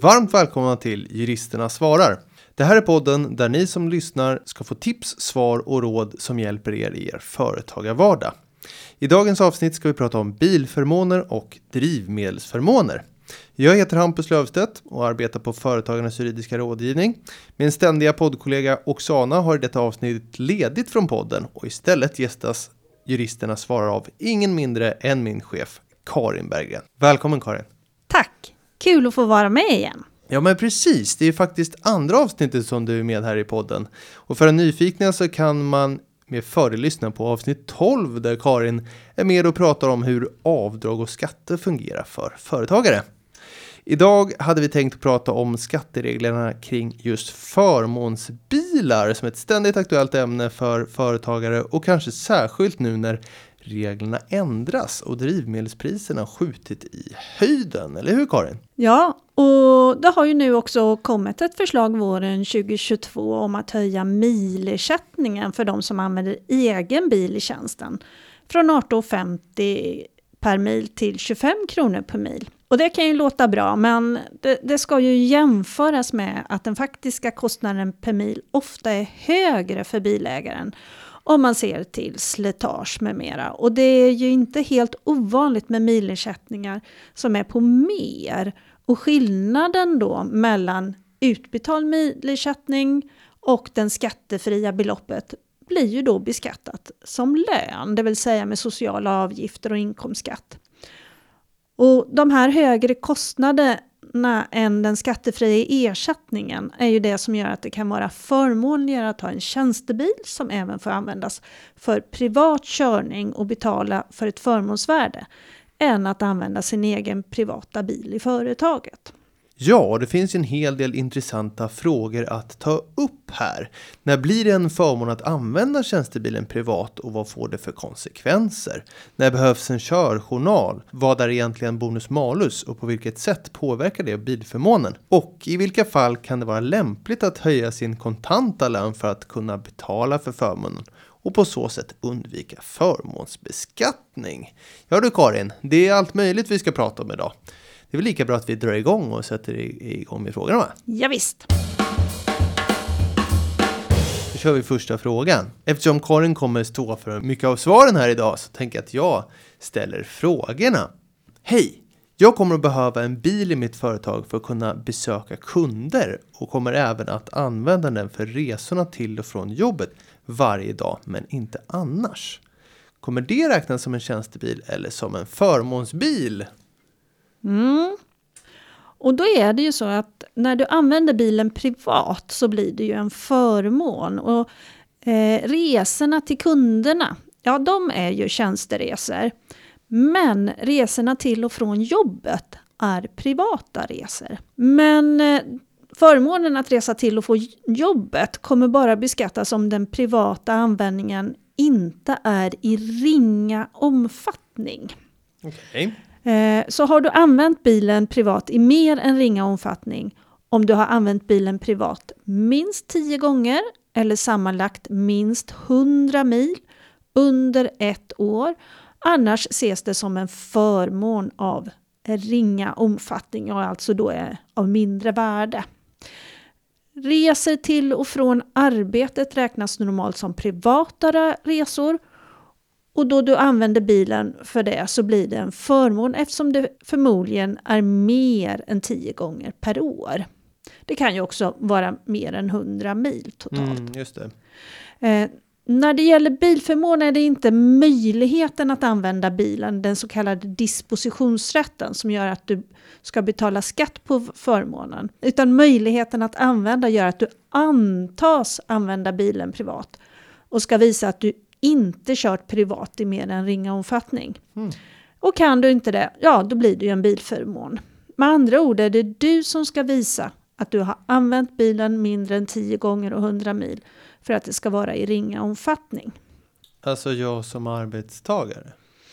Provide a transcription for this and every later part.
Varmt välkomna till Juristerna svarar. Det här är podden där ni som lyssnar ska få tips, svar och råd som hjälper er i er företagarvardag. I dagens avsnitt ska vi prata om bilförmåner och drivmedelsförmåner. Jag heter Hampus Lövstedt och arbetar på Företagarnas juridiska rådgivning. Min ständiga poddkollega Oksana har i detta avsnitt ledigt från podden och istället gästas Juristerna svarar av ingen mindre än min chef Karin Berggren. Välkommen Karin! Tack! Kul att få vara med igen. Ja men precis, det är faktiskt andra avsnittet som du är med här i podden. Och för en nyfikna så kan man med fördel lyssna på avsnitt 12 där Karin är med och pratar om hur avdrag och skatter fungerar för företagare. Idag hade vi tänkt att prata om skattereglerna kring just förmånsbilar som ett ständigt aktuellt ämne för företagare och kanske särskilt nu när reglerna ändras och drivmedelspriserna har skjutit i höjden, eller hur Karin? Ja, och det har ju nu också kommit ett förslag våren 2022 om att höja milersättningen för de som använder egen bil i tjänsten från 18,50 per mil till 25 kronor per mil. Och det kan ju låta bra, men det ska ju jämföras med att den faktiska kostnaden per mil ofta är högre för bilägaren om man ser till slitage med mera. Och det är ju inte helt ovanligt med milersättningar som är på mer. Och skillnaden då mellan utbetald milersättning och den skattefria beloppet blir ju då beskattat som lön, det vill säga med sociala avgifter och inkomstskatt. Och de här högre kostnaderna än den skattefria ersättningen är ju det som gör att det kan vara förmånligare att ha en tjänstebil som även får användas för privat körning och betala för ett förmånsvärde än att använda sin egen privata bil i företaget. Ja, det finns en hel del intressanta frågor att ta upp här. När blir det en förmån att använda tjänstebilen privat och vad får det för konsekvenser? När behövs en körjournal? Vad är egentligen bonus malus och på vilket sätt påverkar det bilförmånen? Och i vilka fall kan det vara lämpligt att höja sin kontanta lön för att kunna betala för förmånen? Och på så sätt undvika förmånsbeskattning. Ja du Karin, det är allt möjligt vi ska prata om idag. Det är väl lika bra att vi drar igång och sätter igång med frågorna, va? Ja, visst. Då kör vi första frågan. Eftersom Karin kommer stå för mycket av svaren här idag så tänker jag att jag ställer frågorna. Hej! Jag kommer att behöva en bil i mitt företag för att kunna besöka kunder och kommer även att använda den för resorna till och från jobbet varje dag men inte annars. Kommer det räknas som en tjänstebil eller som en förmånsbil? Och då är det ju så att när du använder bilen privat så blir det ju en förmån. Och resorna till kunderna, ja de är ju tjänsteresor. Men resorna till och från jobbet är privata resor. Men förmånen att resa till och från jobbet kommer bara beskattas om den privata användningen inte är i ringa omfattning. Okej. Så har du använt bilen privat i mer än ringa omfattning, om du har använt bilen privat minst 10 gånger eller sammanlagt minst 100 mil under ett år, annars ses det som en förmån av ringa omfattning och alltså då är av mindre värde. Resor till och från arbetet räknas normalt som privata resor. Och då du använder bilen för det så blir det en förmån eftersom det förmodligen är mer än 10 gånger per år. Det kan ju också vara mer än 100 mil totalt. Just det. När det gäller bilförmån är det inte möjligheten att använda bilen, den så kallade dispositionsrätten som gör att du ska betala skatt på förmånen. Utan möjligheten att använda gör att du antas använda bilen privat och ska visa att du inte kört privat i mer än ringa omfattning. Och kan du inte det, ja då blir det ju en bilförmån. Med andra ord är det du som ska visa att du har använt bilen mindre än 10 gånger och 100 mil för att det ska vara i ringa omfattning. Alltså jag som arbetstagare?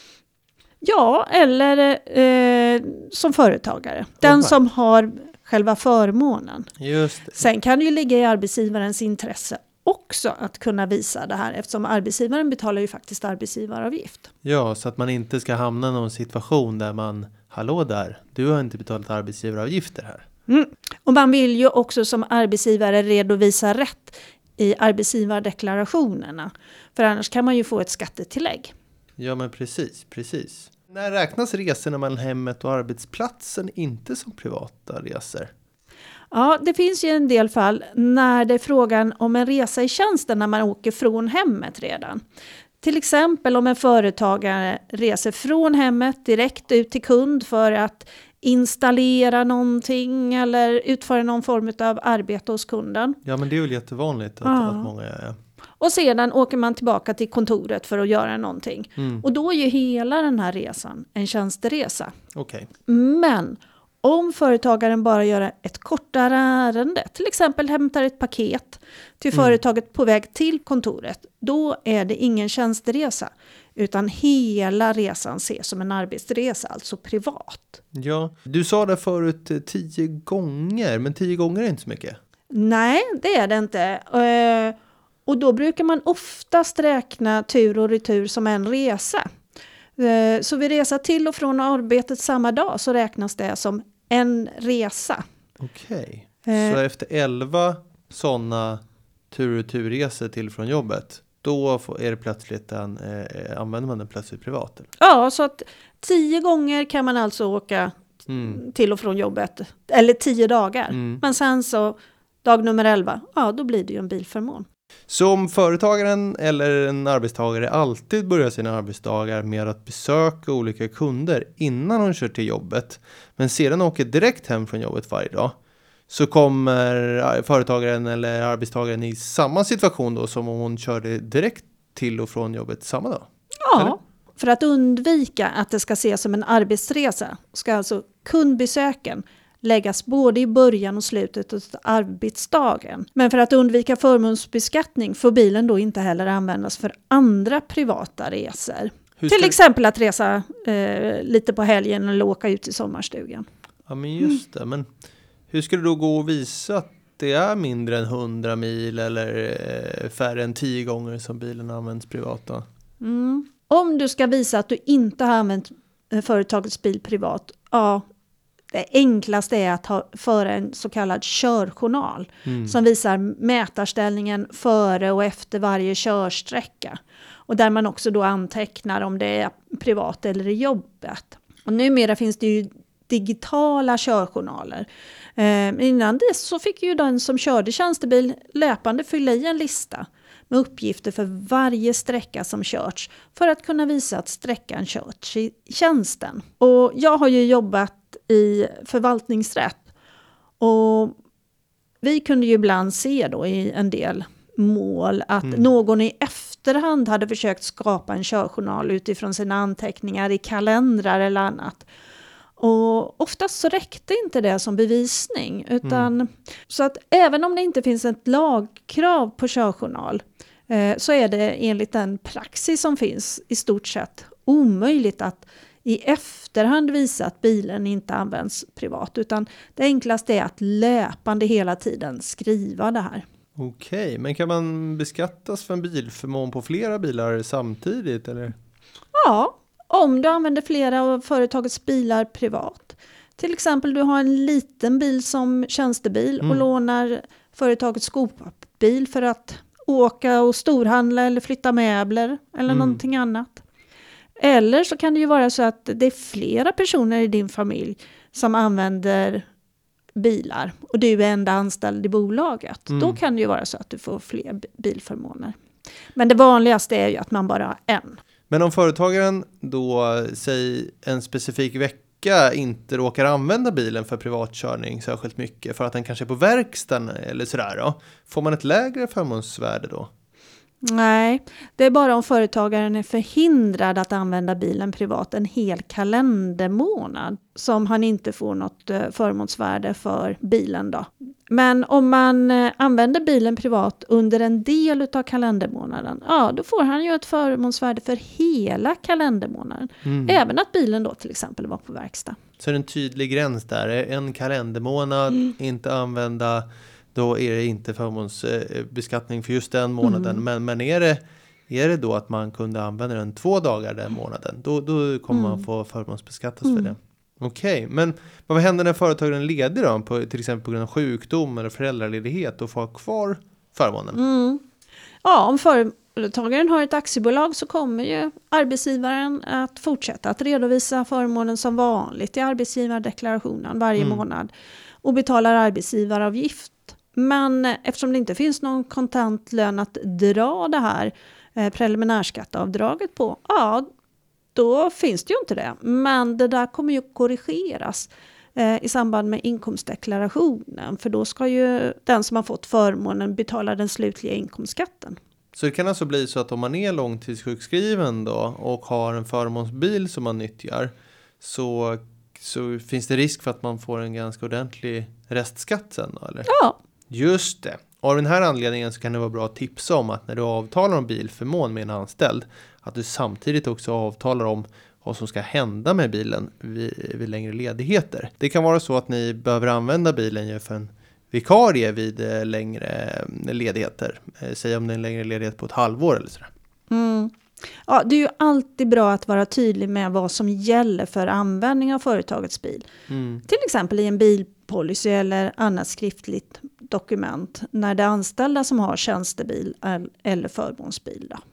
Ja, eller som företagare. Den som har själva förmånen. Just det. Sen kan det ju ligga i arbetsgivarens intresse också att kunna visa det här eftersom arbetsgivaren betalar ju faktiskt arbetsgivaravgift. Ja, så att man inte ska hamna i någon situation där man, hallå där, du har inte betalat arbetsgivaravgifter här. Och man vill ju också som arbetsgivare redovisa rätt i arbetsgivardeklarationerna. För annars kan man ju få ett skattetillägg. Ja, men precis. När räknas resorna mellan hemmet och arbetsplatsen inte som privata resor? Ja, det finns ju en del fall när det är frågan om en resa i tjänsten när man åker från hemmet redan. Till exempel om en företagare reser från hemmet direkt ut till kund för att installera någonting eller utföra någon form av arbete hos kunden. Ja, men det är väl jättevanligt att många är. Och sedan åker man tillbaka till kontoret för att göra någonting. Och då är ju hela den här resan en tjänsteresa. Okej. Men om företagaren bara gör ett kortare ärende, till exempel hämtar ett paket till företaget på väg till kontoret, då är det ingen tjänsteresa. Utan hela resan ses som en arbetsresa, alltså privat. Ja, du sa det förut 10 gånger, men 10 gånger är inte så mycket. Nej, det är det inte. Och då brukar man oftast räkna tur och retur som en resa. Så vid resa till och från arbetet samma dag så räknas det som en resa. Okej. Så efter 11 sådana tur- och turresor till från jobbet, då är det plötsligt använder man den plötsligt privat? Eller? Ja, så att 10 gånger kan man alltså åka till och från jobbet. Eller 10 dagar. Men sen så dag nummer 11, ja då blir det ju en bilförmån. Så om företagaren eller en arbetstagare alltid börjar sina arbetsdagar med att besöka olika kunder innan hon kör till jobbet, men sedan åker direkt hem från jobbet varje dag, så kommer företagaren eller arbetstagaren i samma situation då som om hon körde direkt till och från jobbet samma dag? Ja, eller? För att undvika att det ska ses som en arbetsresa ska alltså kundbesöken läggas både i början och slutet av arbetsdagen. Men för att undvika förmånsbeskattning får bilen då inte heller användas för andra privata resor. Till exempel att resa lite på helgen eller åka ut till sommarstugan. Ja, men just det. Men hur ska det då gå att visa att det är mindre än 100 mil eller färre än 10 gånger som bilen används privat då? Om du ska visa att du inte har använt företagets bil privat, ja, det enklaste är att föra en så kallad körjournal som visar mätarställningen före och efter varje körsträcka. Och där man också då antecknar om det är privat eller i jobbet. Och numera finns det ju digitala körjournaler. Innan det så fick ju den som körde tjänstebil löpande fylla i en lista med uppgifter för varje sträcka som körts för att kunna visa att sträckan körts i tjänsten. Och jag har ju jobbat i förvaltningsrätt och vi kunde ju ibland se då i en del mål att någon i efterhand hade försökt skapa en körjournal utifrån sina anteckningar i kalendrar eller annat. Och oftast så räckte inte det som bevisning. Utan, så att även om det inte finns ett lagkrav på körjournal så är det enligt den praxis som finns i stort sett omöjligt att i efterhand visa att bilen inte används privat. Utan det enklaste är att löpande hela tiden skriva det här. Okej, men kan man beskattas för en bilförmån på flera bilar samtidigt eller? Ja, om du använder flera av företagets bilar privat. Till exempel du har en liten bil som tjänstebil och lånar företagets skopbil för att åka och storhandla eller flytta möbler eller någonting annat. Eller så kan det ju vara så att det är flera personer i din familj som använder bilar och du är enda anställd i bolaget. Då kan det ju vara så att du får fler bilförmåner. Men det vanligaste är ju att man bara har en. Men om företagaren då, säg en specifik vecka, inte råkar använda bilen för privatkörning särskilt mycket för att den kanske är på verkstaden eller sådär då, får man ett lägre förmånsvärde då? Nej, det är bara om företagaren är förhindrad att använda bilen privat en hel kalendermånad som han inte får något förmånsvärde för bilen då. Men om man använder bilen privat under en del av kalendermånaden, ja då får han ju ett förmånsvärde för hela kalendermånaden. Även att bilen då till exempel var på verkstad. Så är det en tydlig gräns där, en kalendermånad inte använda, då är det inte förmånsbeskattning för just den månaden. Men är det då att man kunde använda den 2 dagar den månaden, då kommer man få förmånsbeskattas för det. Okej, men vad händer när företagen är ledig då? Till exempel på grund av sjukdom eller föräldraledighet och får ha kvar förmånen? Ja, om företagaren har ett aktiebolag så kommer ju arbetsgivaren att fortsätta att redovisa förmånen som vanligt i arbetsgivardeklarationen varje månad och betalar arbetsgivaravgift. Men eftersom det inte finns någon kontantlön att dra det här preliminärskatteavdraget på, ja, då finns det ju inte det. Men det där kommer ju korrigeras i samband med inkomstdeklarationen. För då ska ju den som har fått förmånen betala den slutliga inkomstskatten. Så det kan alltså bli så att om man är långtidssjukskriven då och har en förmånsbil som man nyttjar så finns det risk för att man får en ganska ordentlig restskatt sen då, eller? Ja. Just det. Av den här anledningen så kan det vara bra att tipsa om att när du avtalar om bilförmån med en anställd att du samtidigt också avtalar om vad som ska hända med bilen vid längre ledigheter. Det kan vara så att ni behöver använda bilen för en vikarie vid längre ledigheter. Säg om det är en längre ledighet på ett halvår eller sådär. Ja, det är ju alltid bra att vara tydlig med vad som gäller för användning av företagets bil. Till exempel i en bilpolicy eller annat skriftligt dokument när det är anställda som har tjänstebil eller förmånsbil. Då.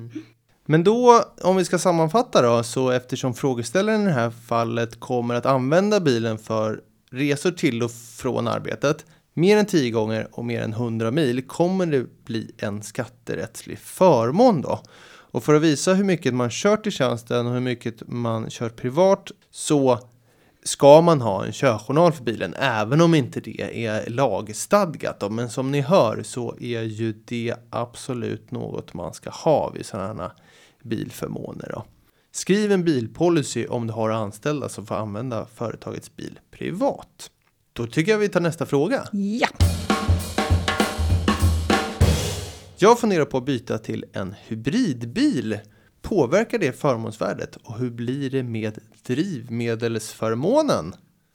Men då, om vi ska sammanfatta då, så eftersom frågeställaren i det här fallet kommer att använda bilen för resor till och från arbetet mer än 10 gånger och mer än 100 mil kommer det bli en skatterättslig förmån då. Och för att visa hur mycket man kör till tjänsten och hur mycket man kör privat så ska man ha en körjournal för bilen även om inte det är lagstadgat. Då. Men som ni hör så är ju det absolut något man ska ha vid sådana här bilförmåner. Då. Skriv en bilpolicy om du har anställda som får använda företagets bil privat. Då tycker jag vi tar nästa fråga. Ja. Jag funderar på att byta till en hybridbil. Påverkar det förmånsvärdet och hur blir det med drivmedelsförmånen?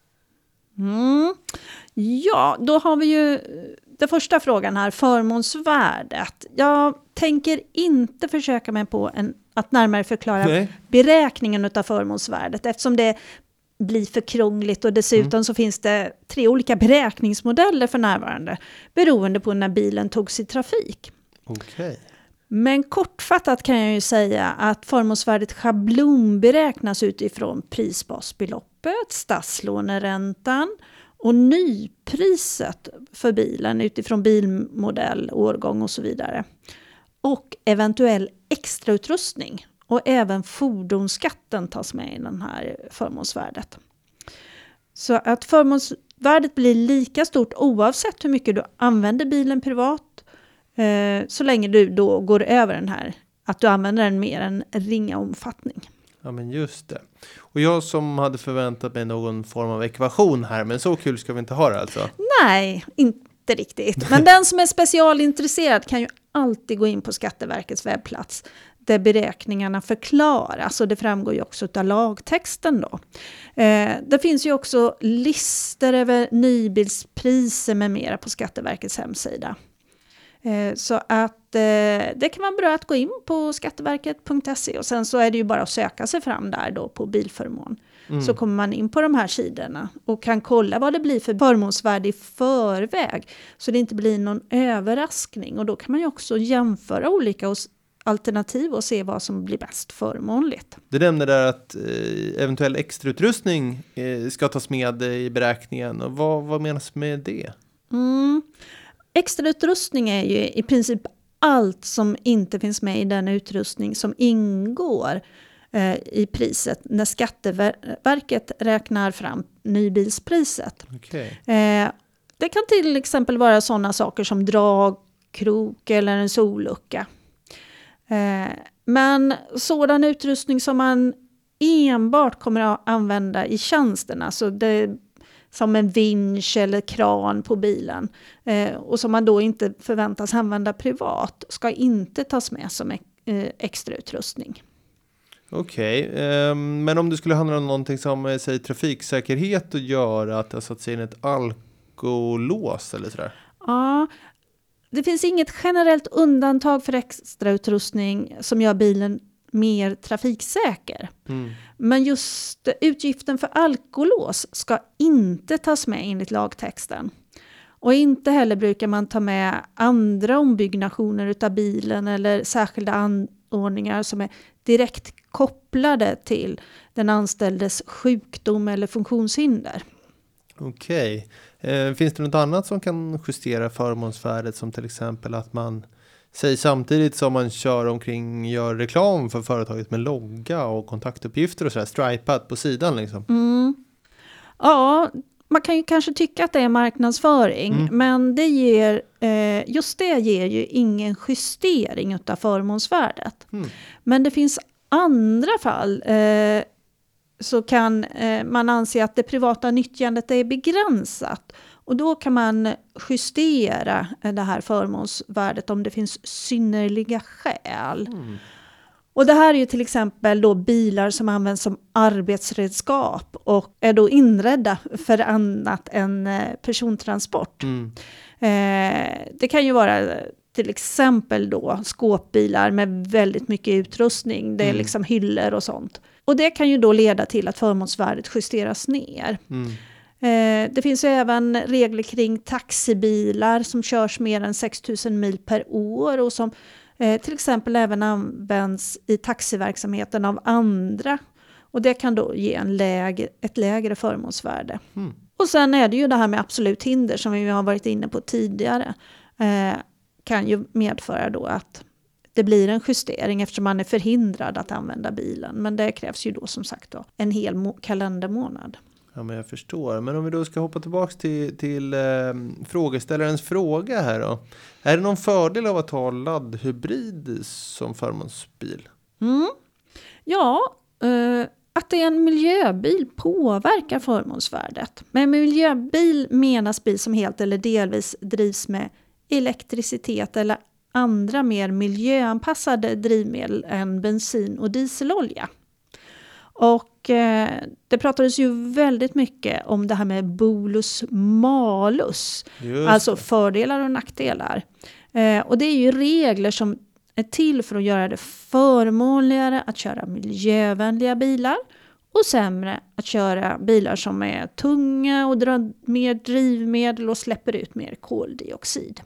Ja, då har vi ju den första frågan här, förmånsvärdet. Jag tänker inte försöka mig på att närmare förklara beräkningen av förmånsvärdet eftersom det blir för krångligt och dessutom så finns det 3 olika beräkningsmodeller för närvarande beroende på när bilen togs i trafik. Okay. Men kortfattat kan jag ju säga att förmånsvärdet schablonberäknas utifrån prisbasbeloppet, statslåneräntan och nypriset för bilen utifrån bilmodell, årgång och så vidare. Och eventuell extrautrustning och även fordonsskatten tas med i den här förmånsvärdet. Så att förmånsvärdet blir lika stort oavsett hur mycket du använder bilen privat så länge du då går över den här, att du använder den mer än ringa omfattning. Ja men just det. Och jag som hade förväntat mig någon form av ekvation här, men så kul ska vi inte ha det alltså? Nej, inte riktigt. Men den som är specialintresserad kan ju alltid gå in på Skatteverkets webbplats där beräkningarna förklaras och det framgår ju också av lagtexten då. Det finns ju också listor över nybilspriser med mera på Skatteverkets hemsida. Så att det kan vara bra att gå in på skatteverket.se och sen så är det ju bara att söka sig fram där då på bilförmån. Så kommer man in på de här sidorna och kan kolla vad det blir för förmånsvärde i förväg så det inte blir någon överraskning och då kan man ju också jämföra olika alternativ och se vad som blir bäst förmånligt. Du nämnde där att eventuell extrautrustning ska tas med i beräkningen och vad menas med det? Extrautrustning är ju i princip allt som inte finns med i den utrustning som ingår i priset när Skatteverket räknar fram nybilspriset. Okay. Det kan till exempel vara sådana saker som dragkrok eller en sollucka. Men sådan utrustning som man enbart kommer att använda i tjänsten, alltså det som en vinsch eller kran på bilen och som man då inte förväntas använda privat ska inte tas med som extra utrustning. Okej, men om det skulle handla om någonting som säger trafiksäkerhet och göra att alltså att säga ett alkolås eller sådär? Ja, det finns inget generellt undantag för extra utrustning som gör bilen mer trafiksäker. Men just utgiften för alkolås ska inte tas med enligt lagtexten. Och inte heller brukar man ta med andra ombyggnationer utav bilen eller särskilda anordningar som är direkt kopplade till den anställdes sjukdom eller funktionshinder. Okej. Finns det något annat som kan justera förmånsvärdet, som till exempel att man säger samtidigt som man kör omkring gör reklam för företaget med logga och kontaktuppgifter och sådär stripat på sidan liksom? Ja, man kan ju kanske tycka att det är marknadsföring, men det ger, just det ger ju ingen justering utav förmånsvärdet. Men det finns andra fall så kan man anse att det privata nyttjandet är begränsat. Och då kan man justera det här förmånsvärdet om det finns synnerliga skäl. Och det här är ju till exempel då bilar som används som arbetsredskap och är då inredda för annat än persontransport. Det kan ju vara till exempel då skåpbilar med väldigt mycket utrustning. Det är liksom hyllor och sånt. Och det kan ju då leda till att förmånsvärdet justeras ner. Det finns ju även regler kring taxibilar som körs mer än 6 000 mil per år och som till exempel även används i taxiverksamheten av andra. Och det kan då ge ett lägre förmånsvärde. Och sen är det ju det här med absolut hinder som vi har varit inne på tidigare. Kan ju medföra då att det blir en justering eftersom man är förhindrad att använda bilen. Men det krävs ju då som sagt då en hel kalendermånad. Ja, men jag förstår. Men om vi då ska hoppa tillbaka till frågeställarens fråga här då. Är det någon fördel av att ha laddhybrid som förmånsbil? Ja, att det är en miljöbil påverkar förmånsvärdet. Men med miljöbil menas bil som helt eller delvis drivs med elektricitet eller andra mer miljöanpassade drivmedel än bensin och dieselolja. Och det pratades ju väldigt mycket om det här med bolus malus. Alltså fördelar och nackdelar. Och det är ju regler som är till för att göra det förmånligare att köra miljövänliga bilar. Och sämre att köra bilar som är tunga och drar mer drivmedel och släpper ut mer koldioxid.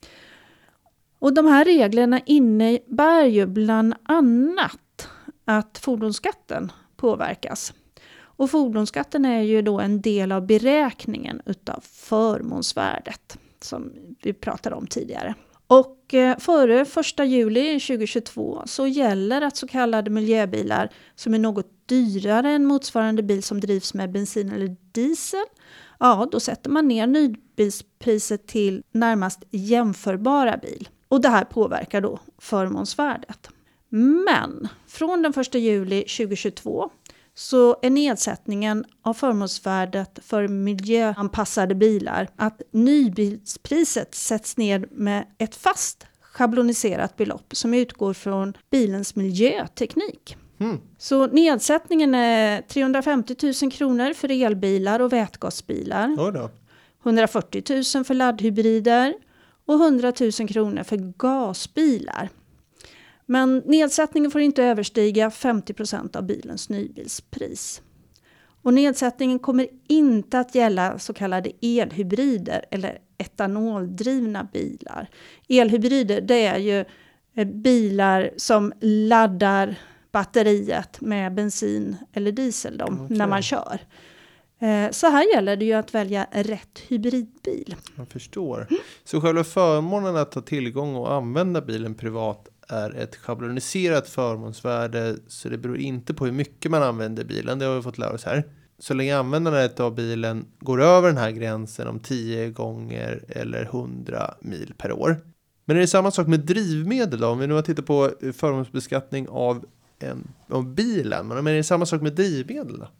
Och de här reglerna innebär ju bland annat att fordonsskatten påverkas. Och fordonsskatten är ju då en del av beräkningen utav förmånsvärdet som vi pratade om tidigare. Och före 1 juli 2022 så gäller att så kallade miljöbilar som är något dyrare än motsvarande bil som drivs med bensin eller diesel, ja då sätter man ner nybilspriset till närmast jämförbara bil. Och det här påverkar då förmånsvärdet. Men från den 1 juli 2022 så är nedsättningen av förmånsvärdet för miljöanpassade bilar att nybilspriset sätts ner med ett fast schabloniserat belopp som utgår från bilens miljöteknik. Så nedsättningen är 350 000 kronor för elbilar och vätgasbilar, 140 000 för laddhybrider och 100 000 kronor för gasbilar. Men nedsättningen får inte överstiga 50% av bilens nybilspris. Och nedsättningen kommer inte att gälla så kallade elhybrider eller etanoldrivna bilar. Elhybrider, det är ju bilar som laddar batteriet med bensin eller diesel när man kör. Så här gäller det ju att välja rätt hybridbil. Jag förstår. Så själva förmånen att ha tillgång och använda bilen privat är ett schabloniserat förmånsvärde, så det beror inte på hur mycket man använder bilen. Det har vi fått lära oss här. Så länge användandet av bilen går över den här gränsen om 10 gånger eller 100 mil per år. Men är det samma sak med drivmedel då? Om vi nu har tittat på förmånsbeskattning av bilen, men är det samma sak med drivmedel då?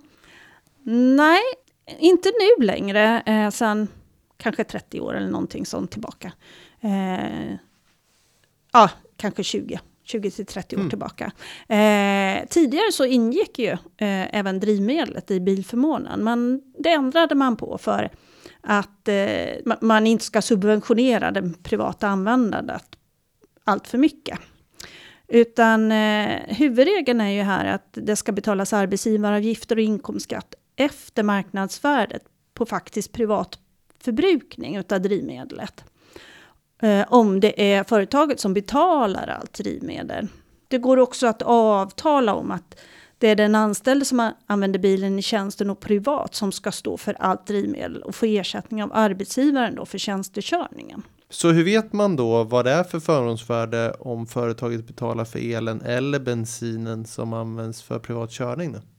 Nej, inte nu längre. Sen kanske 30 år eller någonting sånt tillbaka. Kanske 20 till 30 år tillbaka. Tidigare så ingick ju även drivmedlet i bilförmånen. Men det ändrade man på för att man inte ska subventionera det privata användandet allt för mycket. Utan huvudregeln är ju här att det ska betalas arbetsgivaravgifter och inkomstskatt efter marknadsvärdet på faktisk privat förbrukning utav drivmedlet. Om det är företaget som betalar allt drivmedel. Det går också att avtala om att det är den anställde som använder bilen i tjänsten och privat som ska stå för allt drivmedel och få ersättning av arbetsgivaren då för tjänstekörningen. Så hur vet man då vad det är för förmånsvärde om företaget betalar för elen eller bensinen som används för privat körning då?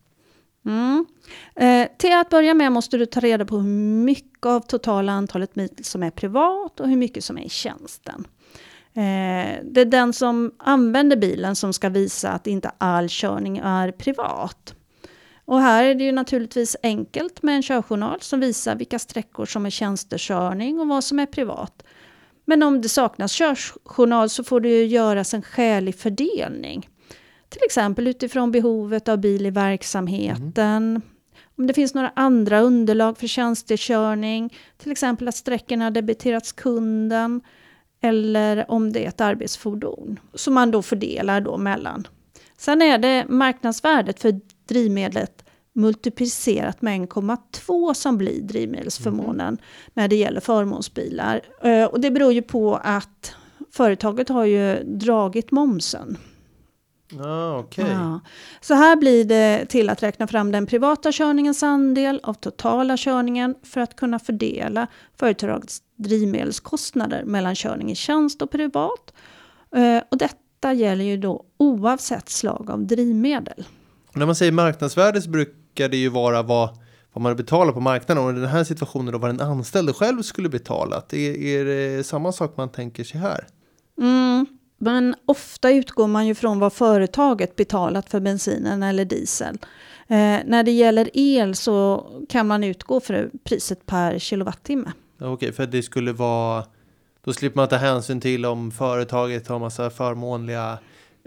Till att börja med måste du ta reda på hur mycket av totala antalet mil som är privat och hur mycket som är i tjänsten. Det är den som använder bilen som ska visa att inte all körning är privat. Och här är det ju naturligtvis enkelt med en körjournal som visar vilka sträckor som är tjänstekörning och vad som är privat. Men om det saknas körjournal så får det ju göras en skälig fördelning. Till exempel utifrån behovet av bil i verksamheten. Om det finns några andra underlag för tjänstekörning. Till exempel att sträckorna debiterats kunden. Eller om det är ett arbetsfordon. Som man då fördelar då mellan. Sen är det marknadsvärdet för drivmedlet multiplicerat med 1,2 som blir drivmedelsförmånen när det gäller förmånsbilar. Och det beror ju på att företaget har ju dragit momsen. Okej. Ja. Så här blir det till att räkna fram den privata körningens andel av totala körningen för att kunna fördela företagets drivmedelskostnader mellan körning i tjänst och privat. Och detta gäller ju då oavsett slag av drivmedel. När man säger marknadsvärde så brukar det ju vara vad man betalar på marknaden. Och i den här situationen då vad den anställde själv skulle betalat. Är det samma sak man tänker sig här? Men ofta utgår man ju från vad företaget betalat för bensinen eller diesel. När det gäller el så kan man utgå för priset per kilowattimme. Okej, för det skulle vara... Då slipper man ta hänsyn till om företaget har massa förmånliga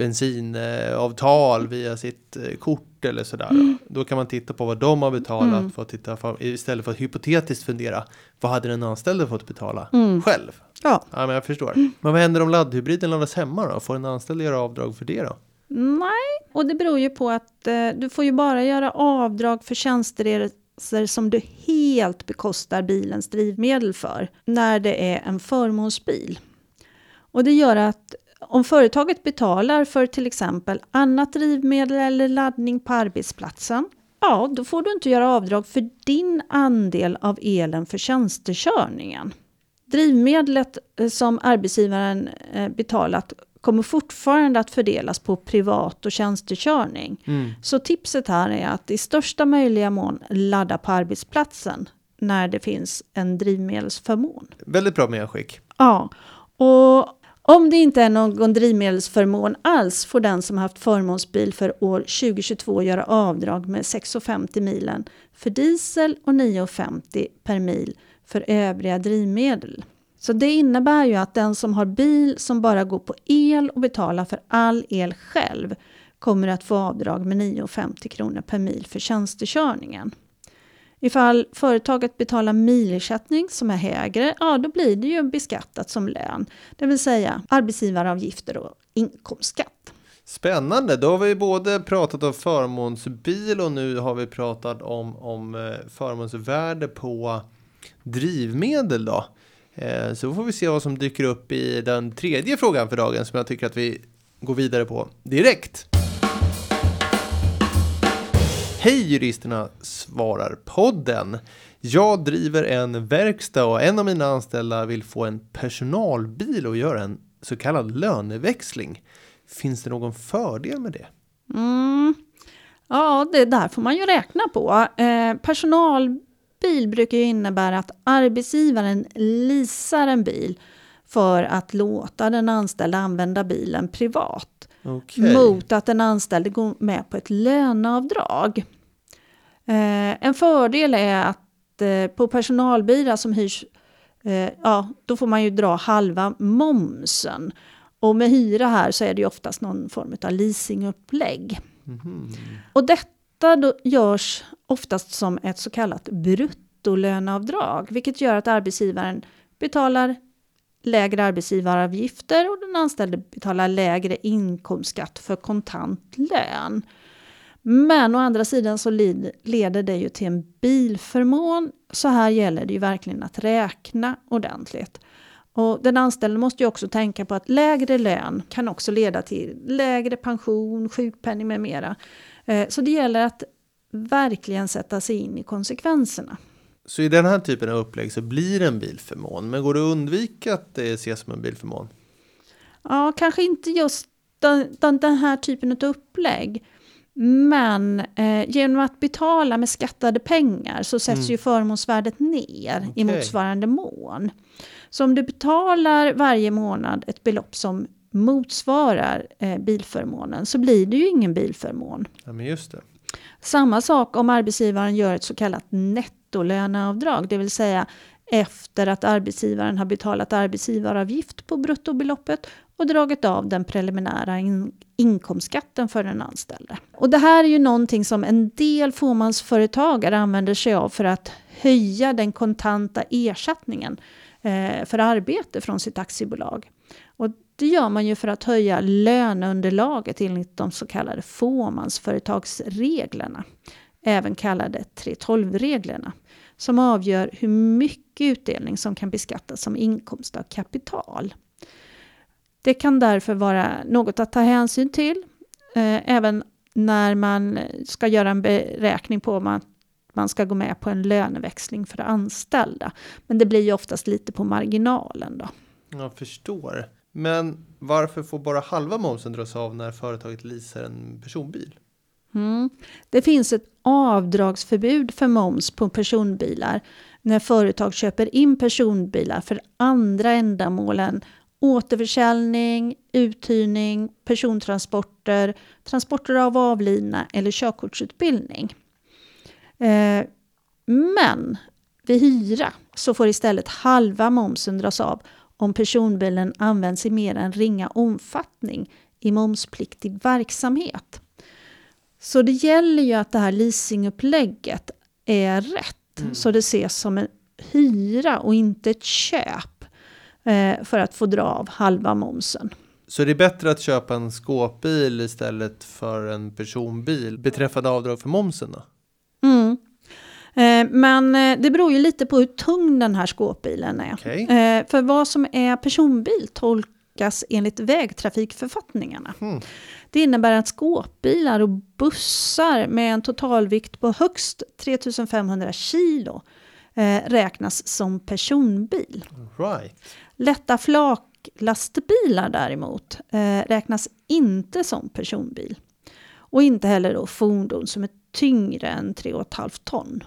bensinavtal via sitt kort eller sådär. Då kan man titta på vad de har betalat för att titta för, istället för att hypotetiskt fundera vad hade den anställde fått betala själv. Ja, men jag förstår. Men vad händer om laddhybriden laddas hemma då? Får en anställd göra avdrag för det då? Nej, och det beror ju på att du får ju bara göra avdrag för tjänsteresor som du helt bekostar bilens drivmedel för när det är en förmånsbil. Och det gör att om företaget betalar för till exempel annat drivmedel eller laddning på arbetsplatsen, ja, då får du inte göra avdrag för din andel av elen för tjänstekörningen. Drivmedlet som arbetsgivaren betalat kommer fortfarande att fördelas på privat och tjänstekörning. Så tipset här är att i största möjliga mån ladda på arbetsplatsen när det finns en drivmedelsförmån. Väldigt bra medskick. Ja, och om det inte är någon drivmedelsförmån alls får den som haft förmånsbil för år 2022 göra avdrag med 6,50 milen för diesel och 9,50 per mil för övriga drivmedel. Så det innebär ju att den som har bil som bara går på el och betalar för all el själv kommer att få avdrag med 9,50 kronor per mil för tjänstekörningen. Ifall företaget betalar milersättning som är högre, ja då blir det ju beskattat som lön. Det vill säga arbetsgivaravgifter och inkomstskatt. Spännande, då har vi både pratat om förmånsbil och nu har vi pratat om förmånsvärde på drivmedel då. Så får vi se vad som dyker upp i den tredje frågan för dagen som jag tycker att vi går vidare på direkt. Hej juristerna, svarar podden. Jag driver en verkstad och en av mina anställda vill få en personalbil och göra en så kallad löneväxling. Finns det någon fördel med det? Ja, det där får man ju räkna på. Personalbil brukar ju innebära att arbetsgivaren leasar en bil för att låta den anställda använda bilen privat. Okay. Mot att den anställde går med på ett löneavdrag. En fördel är att på personalbilar som hyrs, då får man ju dra halva momsen. Och med hyra här så är det ju oftast någon form av leasingupplägg. Och detta då görs oftast som ett så kallat bruttolöneavdrag. Vilket gör att arbetsgivaren betalar lägre arbetsgivaravgifter och den anställde betalar lägre inkomstskatt för kontant lön. Men å andra sidan så leder det ju till en bilförmån. Så här gäller det ju verkligen att räkna ordentligt. Och den anställde måste ju också tänka på att lägre lön kan också leda till lägre pension, sjukpenning med mera. Så det gäller att verkligen sätta sig in i konsekvenserna. Så i den här typen av upplägg så blir det en bilförmån. Men går det att undvika att det ses som en bilförmån? Ja, kanske inte just den här typen av upplägg. Men genom att betala med skattade pengar så sätts ju förmånsvärdet ner i motsvarande mån. Så om du betalar varje månad ett belopp som motsvarar bilförmånen så blir det ju ingen bilförmån. Ja, men just det. Samma sak om arbetsgivaren gör ett så kallat nettolöneavdrag, det vill säga efter att arbetsgivaren har betalat arbetsgivaravgift på bruttobeloppet och dragit av den preliminära inkomstskatten för den anställde. Och det här är ju någonting som en del fåmansföretagare använder sig av för att höja den kontanta ersättningen för arbete från sitt aktiebolag. Och det gör man ju för att höja löneunderlaget enligt de så kallade fåmansföretagsreglerna, även kallade 3:12-reglerna, som avgör hur mycket utdelning som kan beskattas som inkomst av kapital. Det kan därför vara något att ta hänsyn till, även när man ska göra en beräkning på om man ska gå med på en löneväxling för anställda. Men det blir ju oftast lite på marginalen då. Jag förstår. Men varför får bara halva momsen dras av när företaget leasar en personbil? Det finns ett avdragsförbud för moms på personbilar när företag köper in personbilar för andra ändamål än återförsäljning, uthyrning, persontransporter, transporter av avlidna eller körkortsutbildning. Men vid hyra så får istället halva momsen dras av om personbilen används i mer än ringa omfattning i momspliktig verksamhet. Så det gäller ju att det här leasingupplägget är rätt. Så det ses som en hyra och inte ett köp för att få dra av halva momsen. Så det är bättre att köpa en skåpbil istället för en personbil beträffande avdrag för momsen då? Men det beror ju lite på hur tung den här skåpbilen är. Okay. För vad som är personbil tolkas enligt vägtrafikförfattningarna. Det innebär att skåpbilar och bussar med en totalvikt på högst 3500 kilo räknas som personbil. Right. Lätta flaklastbilar däremot räknas inte som personbil. Och inte heller då fordon som är tyngre än 3,5 ton.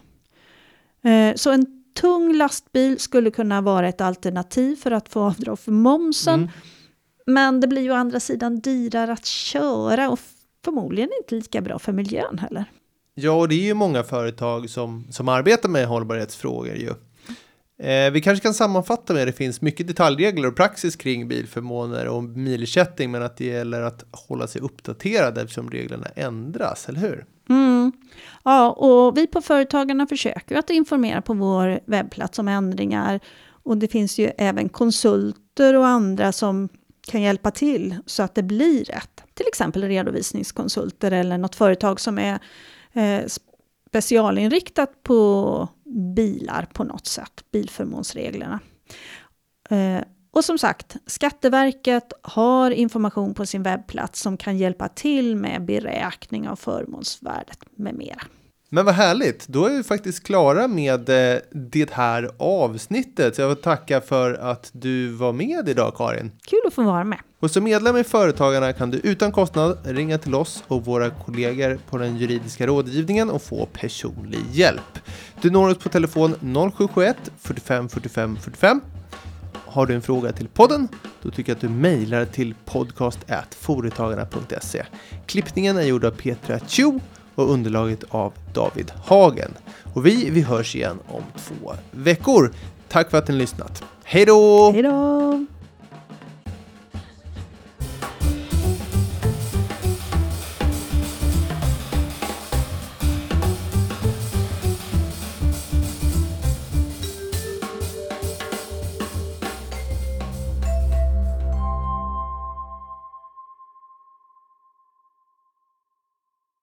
Så en tung lastbil skulle kunna vara ett alternativ för att få avdrag för momsen. Men det blir ju å andra sidan dyrare att köra och förmodligen inte lika bra för miljön heller. Ja, och det är ju många företag som arbetar med hållbarhetsfrågor ju. Vi kanske kan sammanfatta med att det finns mycket detaljregler och praxis kring bilförmåner och milersättning, men att det gäller att hålla sig uppdaterad eftersom reglerna ändras, eller hur? Ja, och vi på Företagarna försöker att informera på vår webbplats om ändringar, och det finns ju även konsulter och andra som kan hjälpa till så att det blir rätt. Till exempel redovisningskonsulter eller något företag som är specialinriktat på bilar på något sätt, bilförmånsreglerna. Och som sagt, Skatteverket har information på sin webbplats som kan hjälpa till med beräkning av förmånsvärdet med mera. Men vad härligt, då är vi faktiskt klara med det här avsnittet. Så jag vill tacka för att du var med idag, Karin. Kul att få vara med. Och som medlem i Företagarna kan du utan kostnad ringa till oss och våra kollegor på den juridiska rådgivningen och få personlig hjälp. Du når oss på telefon 0771 45 45 45. Har du en fråga till podden, då tycker jag att du mejlar till podcast@foretagarna.se. Klippningen är gjord av Petra Chu och underlaget av David Hagen. Och vi hörs igen om 2 veckor. Tack för att ni har lyssnat. Hej då! Hej då!